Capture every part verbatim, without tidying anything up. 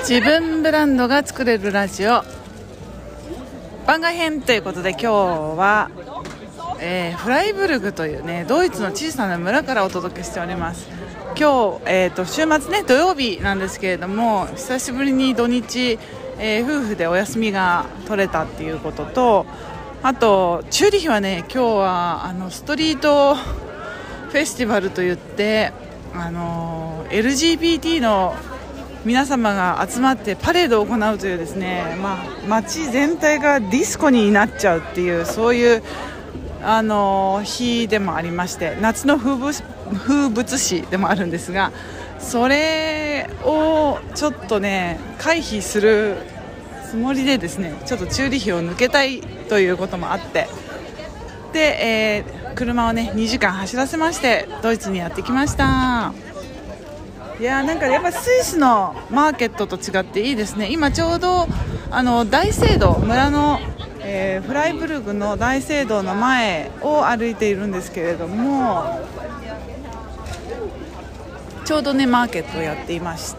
自分ブランドが作れるラジオ番外編ということで、今日は、えー、フライブルグというねドイツの小さな村からお届けしております。今日、えー、と週末ね土曜日なんですけれども、久しぶりに土日、えー、夫婦でお休みが取れたっていうことと、あとチューリヒはね今日はあのストリートフェスティバルといって、あのー、エルジービーティー の皆様が集まってパレードを行うというですね、まあ、街全体がディスコになっちゃうっていう、そういう、あのー、日でもありまして、夏の風物、風物詩でもあるんですが、それをちょっとね回避するつもりでですね、ちょっとチューリヒを抜けたいということもあって、で、えー、車をねにじかん走らせましてドイツにやってきました。いやーなんかやっぱスイスのマーケットと違っていいですね。今ちょうどあの大聖堂、村の、えー、フライブルグの大聖堂の前を歩いているんですけれども、ちょうどねマーケットをやっていまして、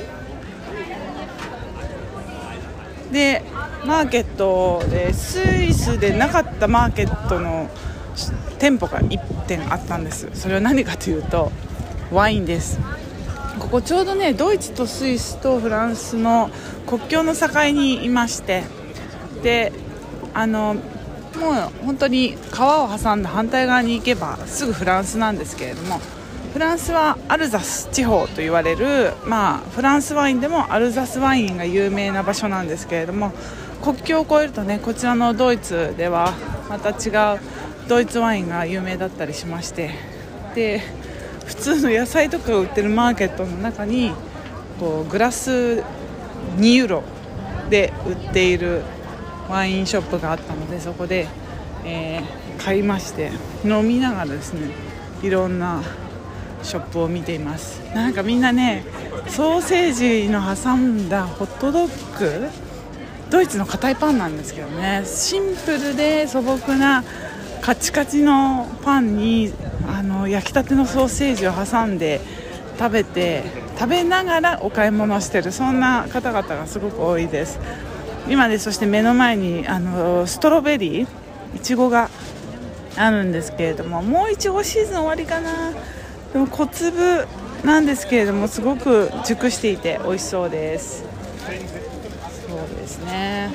でマーケットでスイスでなかったマーケットの店舗がいってんあったんです。それは何かというとワインです。ここちょうどねドイツとスイスとフランスの国境の境にいまして、であのもう本当に川を挟んだ反対側に行けばすぐフランスなんですけれども、フランスはアルザス地方と言われる、まあ、フランスワインでもアルザスワインが有名な場所なんですけれども、国境を越えるとねこちらのドイツではまた違うドイツワインが有名だったりしまして、で普通の野菜とかを売ってるマーケットの中にこうグラスにユーロで売っているワインショップがあったので、そこで、えー、買いまして飲みながらですねいろんなショップを見ています。なんかみんなねソーセージの挟んだホットドッグ、ドイツの硬いパンなんですけどね、シンプルで素朴なカチカチのパンにあの焼きたてのソーセージを挟んで食べて食べながらお買い物をしている、そんな方々がすごく多いです。今ねそして目の前にあのストロベリーいちごがあるんですけれども、もういちごシーズン終わりかな。でも小粒なんですけれどもすごく熟していて美味しそうです。そうですね。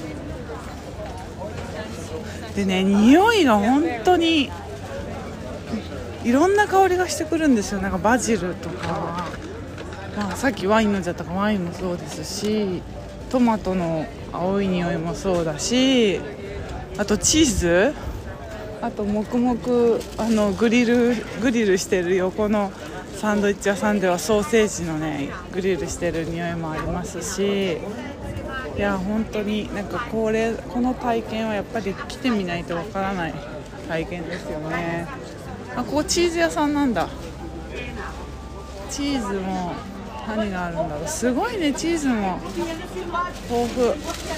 でね匂いが本当にいろんな香りがしてくるんですよ。なんかバジルとか、まあ、さっきワイン飲んじゃったからワインもそうですし、トマトの青い匂いもそうだし、あとチーズ、あと黙々あのグリルグリルしてる横のサンドイッチ屋さんではソーセージのねグリルしてる匂いもありますし、いや本当になんかこれこの体験はやっぱり来てみないとわからない体験ですよね。あ、ここチーズ屋さんなんだ。チーズも何があるんだろう。すごいね、チーズも豊富。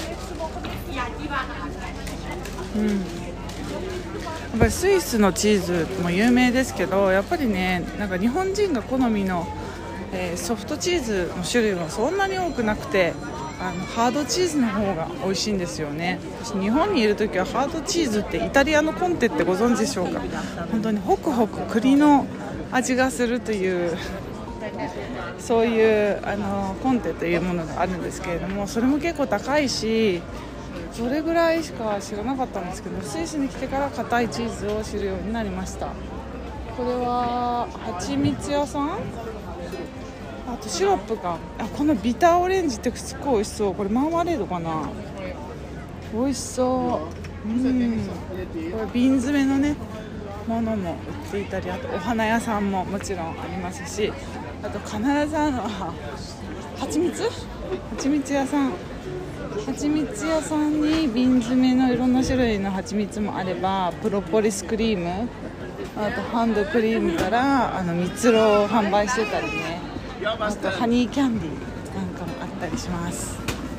うん。やっぱりスイスのチーズも有名ですけど、やっぱりねなんか日本人が好みの、えー、ソフトチーズの種類もそんなに多くなくて、あのハードチーズの方が美味しいんですよね。私日本にいるときはハードチーズってイタリアのコンテってご存知でしょうか。本当にホクホク栗の味がするというそういうあのコンテというものがあるんですけれども、それも結構高いし、それぐらいしか知らなかったんですけど、スイスに来てから硬いチーズを知るようになりました。これは蜂蜜屋さん、あとシロップか。あ、このビターオレンジってすっごい美味しそう。これマーマレードかな。美味しそう。うん、これ瓶詰めのねものも売っていたり、あとお花屋さんももちろんありますし、あと必ずあるのは蜂蜜蜂蜜屋さん蜂蜜屋さんに瓶詰めのいろんな種類の蜂蜜もあれば、プロポリスクリーム、あとハンドクリームからあの蜜ろを販売してたりね、あとハニーキャンディーなんかもあったりします。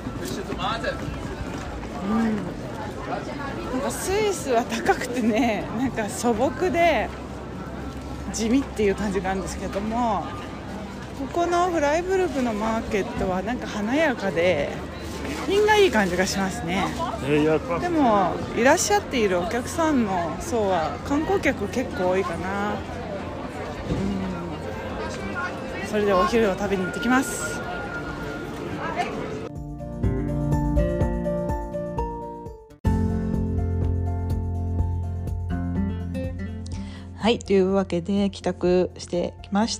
うん、なんかスイスは高くてね、なんか素朴で地味っていう感じがあるんですけども、 ここのフライブルクのマーケットはなんか華やかで品がいい感じがしますね。でもいらっしゃっているお客さんの層は観光客結構多いかな。うん、それでお昼を食べに行ってきます。はい、というわけで帰宅してきました。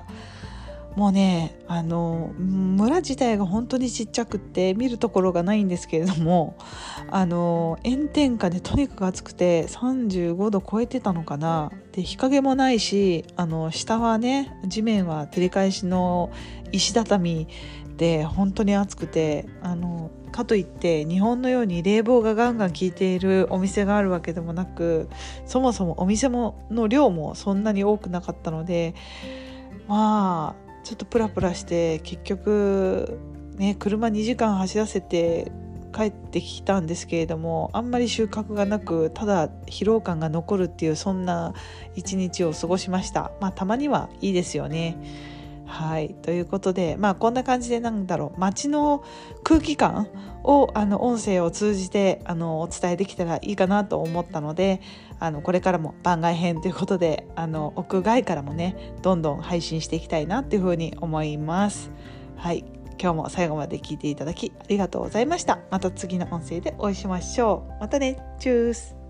もうね、あの村自体が本当にちっちゃくって見るところがないんですけれども、あの炎天下でとにかく暑くてさんじゅうごど超えてたのかな。で日陰もないし、あの下はね、地面は照り返しの石畳で本当に暑くて、あのかといって日本のように冷房がガンガン効いているお店があるわけでもなく、そもそもお店もの量もそんなに多くなかったので、まあちょっとプラプラして結局ね、車にじかん走らせて帰ってきたんですけれども、あんまり収穫がなく、ただ疲労感が残るっていう、そんな一日を過ごしました。まあたまにはいいですよね。はい、ということで、まあこんな感じで、なんだろう、街の空気感をあの音声を通じてあのお伝えできたらいいかなと思ったので、あのこれからも番外編ということで、あの屋外からもねどんどん配信していきたいなっていうふうに思います。はい、今日も最後まで聞いていただきありがとうございました。また次の音声でお会いしましょう。またね、チュース。